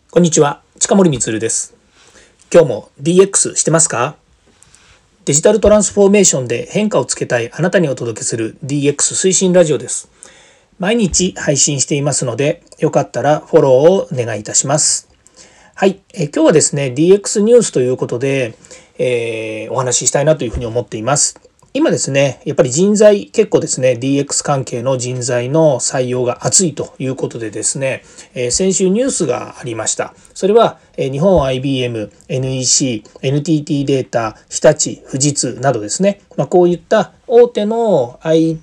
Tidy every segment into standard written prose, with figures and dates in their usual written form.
こんにちは、近森光です。今日も DX してますか？デジタルトランスフォーメーションで変化をつけたいあなたにお届けする DX 推進ラジオです。毎日配信していますので、よかったらフォローをお願いいたします。はい、今日はですね、DX ニュースということで、お話ししたいなというふうに思っています。今ですね、やっぱり人材、結構ですね、DX 関係の人材の採用が熱いということでですね、先週ニュースがありました。それは、日本 IBM、NEC、NTT データ、日立、富士通などですね、こういった大手の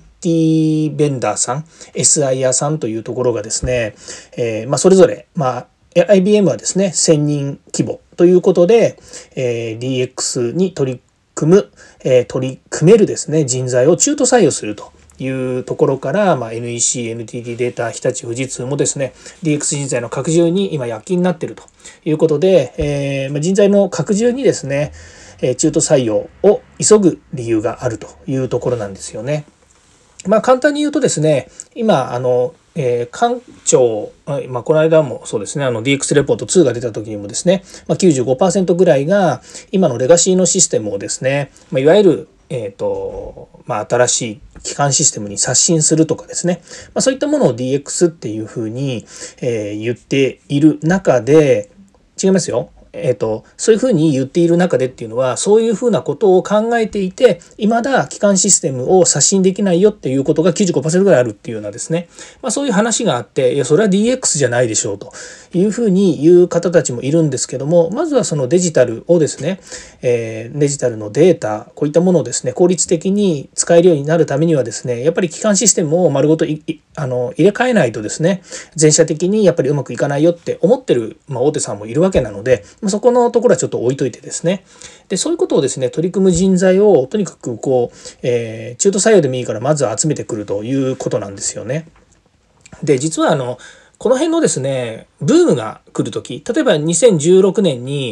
IT ベンダーさん、SIR さんというところがですね、それぞれ、IBM はですね、1000人規模ということで、DX に取り組めるですね、人材を中途採用するというところから、NEC、NTT データ、日立、富士通もですね、DX 人材の拡充に今躍起になっているということで、人材の拡充にですね、中途採用を急ぐ理由があるというところなんですよね。簡単に言うとですね、今官庁、この間もそうですね、DX レポート2が出た時にもですね、95% ぐらいが今のレガシーのシステムをですね、いわゆる新しい基幹システムに刷新するとかですね、そういったものを DX っていうふうに、言っている中で、違いますよ。そういうふうに言っている中でっていうのは、そういうふうなことを考えていて、未だ基幹システムを刷新できないよっていうことが 95% ぐらいあるっていうようなですね、そういう話があって、いやそれは DX じゃないでしょうというふうに言う方たちもいるんですけども、まずはそのデジタルをですね、デジタルのデータ、こういったものをですね、効率的に使えるようになるためにはですね、やっぱり基幹システムを丸ごと入れ替えないとですね、全社的にやっぱりうまくいかないよって思ってる、大手さんもいるわけなので、そこのところはちょっと置いといてですね。で、そういうことをですね、取り組む人材をとにかく中途採用でもいいからまずは集めてくるということなんですよね。で、実はこの辺のですね、ブームが来るとき、例えば2016年に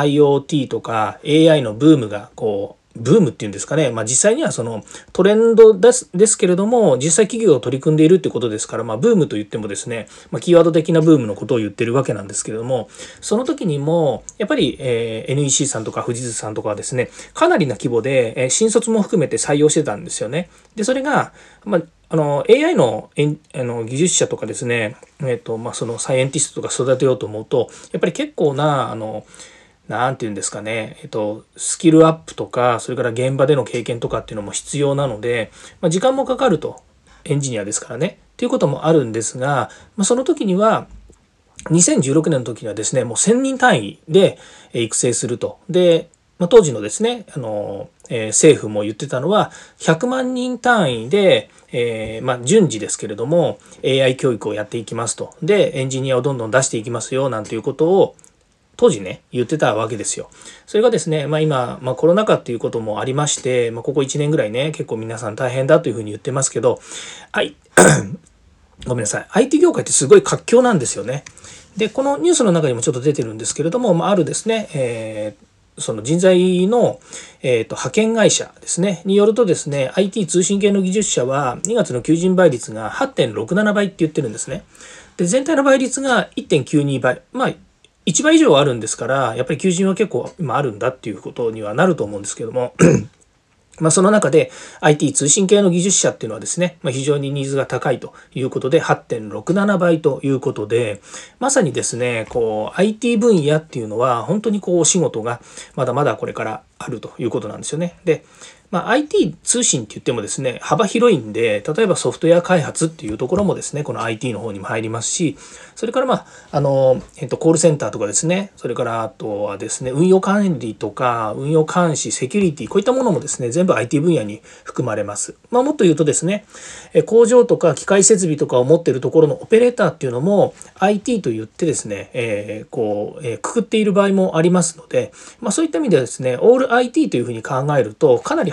IoT とか AI のブームがブームっていうんですかね、実際にはそのトレンドですけれども、実際企業が取り組んでいるってことですから、ブームと言ってもですね、キーワード的なブームのことを言ってるわけなんですけれども、その時にもやっぱり、NEC さんとか富士通さんとかはですね、かなりな規模で、新卒も含めて採用してたんですよね。で、それが、AI の技術者とかですね、そのサイエンティストとか育てようと思うと、やっぱり結構ななんていうんですかね、スキルアップとか、それから現場での経験とかっていうのも必要なので、時間もかかると、エンジニアですからね、っていうこともあるんですが、その時には、2016年の時にはですね、もう1000人単位で育成すると。で、当時のですね、政府も言ってたのは、100万人単位で、順次ですけれども、AI 教育をやっていきますと。で、エンジニアをどんどん出していきますよ、なんていうことを、当時ね、言ってたわけですよ。それがですね、今、コロナ禍っていうこともありまして、ここ1年ぐらいね、結構皆さん大変だというふうに言ってますけど、ごめんなさい。IT 業界ってすごい活況なんですよね。で、このニュースの中にもちょっと出てるんですけれども、あるですね、その人材の、派遣会社ですね、によるとですね、IT 通信系の技術者は2月の求人倍率が 8.67 倍って言ってるんですね。で、全体の倍率が 1.92 倍。1倍以上あるんですから、やっぱり求人は結構今あるんだっていうことにはなると思うんですけども、その中で IT 通信系の技術者っていうのはですね、非常にニーズが高いということで 8.67 倍ということで、まさにですね、IT 分野っていうのは本当にお仕事がまだまだこれからあるということなんですよね。で、IT 通信って言ってもですね、幅広いんで、例えばソフトウェア開発っていうところもですね、この IT の方にも入りますし、それからコールセンターとかですね、それからあとはですね、運用管理とか、運用監視、セキュリティ、こういったものもですね、全部 IT 分野に含まれます。もっと言うとですね、工場とか機械設備とかを持っているところのオペレーターっていうのも IT と言ってですね、くくっている場合もありますので、そういった意味ではですね、オール IT というふうに考えると、かなり幅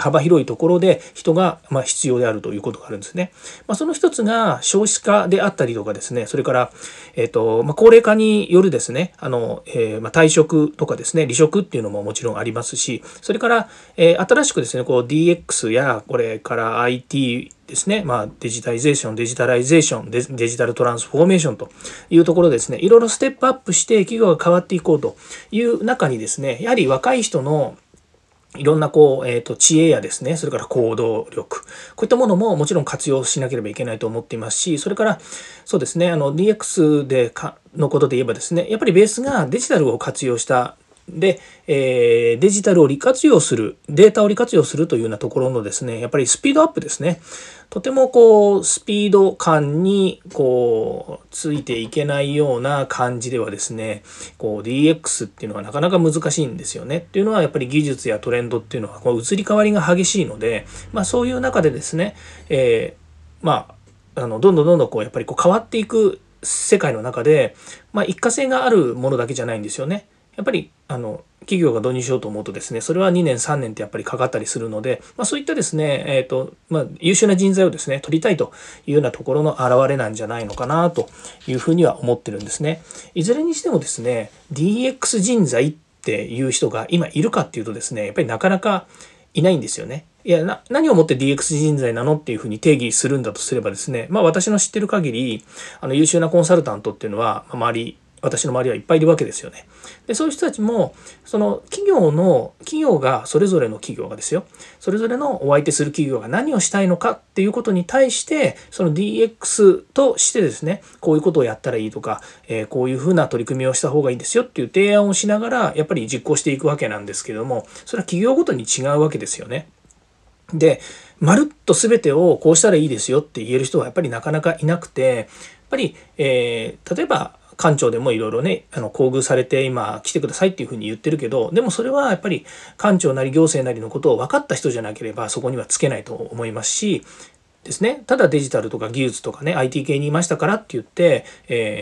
幅広いところで人が必要であるということがあるんですね。その一つが少子化であったりとかですね、それから、高齢化によるですね、退職とかですね、離職っていうのももちろんありますし、それから、新しくですね、DX やこれから ITですね、デジタリゼーション、デジタライゼーション、デジタルトランスフォーメーションというところですね、いろいろステップアップして企業が変わっていこうという中にですね、やはり若い人のいろんな知恵やですね、それから行動力、こういったものももちろん活用しなければいけないと思っていますし、それからそうですね、DX のことで言えばですね、やっぱりベースがデジタルを活用したで、デジタルを利活用する、データを利活用するというようなところのですね、やっぱりスピードアップですね。とてもスピード感についていけないような感じではですね、DX っていうのはなかなか難しいんですよね。っていうのはやっぱり技術やトレンドっていうのは移り変わりが激しいので、そういう中でですね、どんどんやっぱり変わっていく世界の中で、一過性があるものだけじゃないんですよね。やっぱり企業が導入しようと思うとですね、それは2年3年ってやっぱりかかったりするので、そういったですね、優秀な人材をですね取りたいというようなところの表れなんじゃないのかなというふうには思ってるんですね。いずれにしてもですね、 DX 人材っていう人が今いるかっていうとですね、やっぱりなかなかいないんですよね。いや、何をもって DX 人材なのっていうふうに定義するんだとすればですね、私の知ってる限り優秀なコンサルタントっていうのは私の周りはいっぱいいるわけですよね。で、そういう人たちもその企業がそれぞれの企業がですよ、それぞれのお相手する企業が何をしたいのかっていうことに対して、その DX としてですね、こういうことをやったらいいとか、こういうふうな取り組みをした方がいいですよっていう提案をしながらやっぱり実行していくわけなんですけれども、それは企業ごとに違うわけですよね。で、まるっと全てをこうしたらいいですよって言える人はやっぱりなかなかいなくて、やっぱり、例えば官庁でもいろいろね、厚遇されて今来てくださいっていうふうに言ってるけど、でもそれはやっぱり官庁なり行政なりのことを分かった人じゃなければそこにはつけないと思いますしですね、ただデジタルとか技術とかね IT 系にいましたからって言って、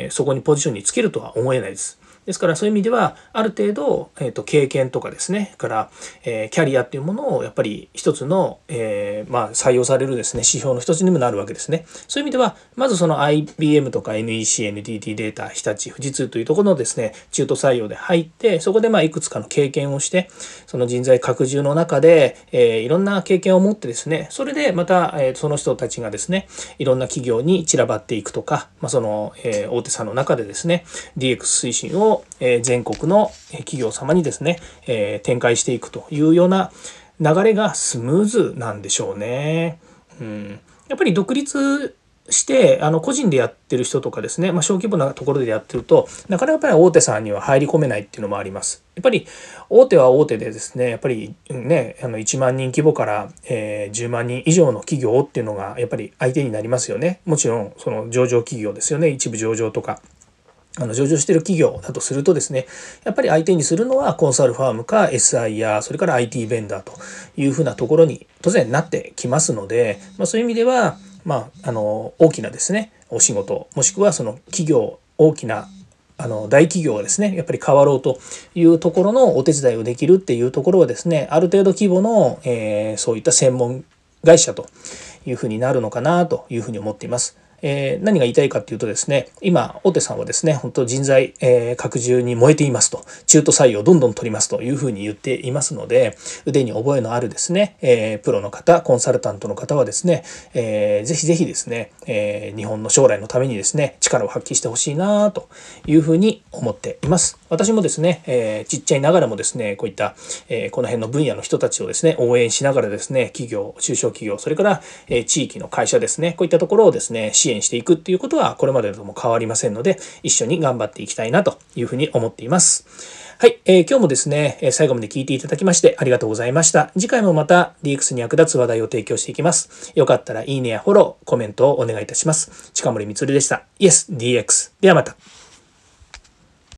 そこにポジションにつけるとは思えないです。ですからそういう意味ではある程度、経験とかですねから、キャリアっていうものをやっぱり一つの、採用されるですね指標の一つにもなるわけですね。そういう意味ではまずその IBM とか NEC、NTT データ、日立、富士通というところのですね中途採用で入ってそこでいくつかの経験をしてその人材拡充の中で、いろんな経験を持ってですねそれでまた、その人たちがですねいろんな企業に散らばっていくとか、その、大手さんの中でですね DX 推進を全国の企業様にですね展開していくというような流れがスムーズなんでしょうね。やっぱり独立して個人でやってる人とかですね、小規模なところでやってるとなかなかやっぱり大手さんには入り込めないっていうのもあります。やっぱり大手は大手でですねやっぱりね1万人規模から10万人以上の企業っていうのがやっぱり相手になりますよね。もちろんその上場企業ですよね、一部上場とか。上場している企業だとするとですねやっぱり相手にするのはコンサルファームか SI やそれから IT ベンダーというふうなところに当然なってきますので、そういう意味では、大きなですねお仕事もしくはその企業大きな大企業がですねやっぱり変わろうというところのお手伝いをできるっていうところはですねある程度規模の、そういった専門会社というふうになるのかなというふうに思っています。何が言いたいかっていうとですね今大手さんはですね本当人材、拡充に燃えていますと中途採用どんどん取りますというふうに言っていますので腕に覚えのあるですね、プロの方コンサルタントの方はですね、ぜひぜひですね、日本の将来のためにですね力を発揮してほしいなというふうに思っています。私もですね、ちっちゃいながらもですねこういった、この辺の分野の人たちをですね応援しながらですね企業中小企業それから、地域の会社ですねこういったところをですね支援していくっていうことはこれまでとも変わりませんので一緒に頑張っていきたいなというふうに思っています。はい、今日もですね最後まで聞いていただきましてありがとうございました。次回もまた DX に役立つ話題を提供していきます。よかったらいいねやフォローコメントをお願いいたします。近森光でした。 Yes DX ではまた。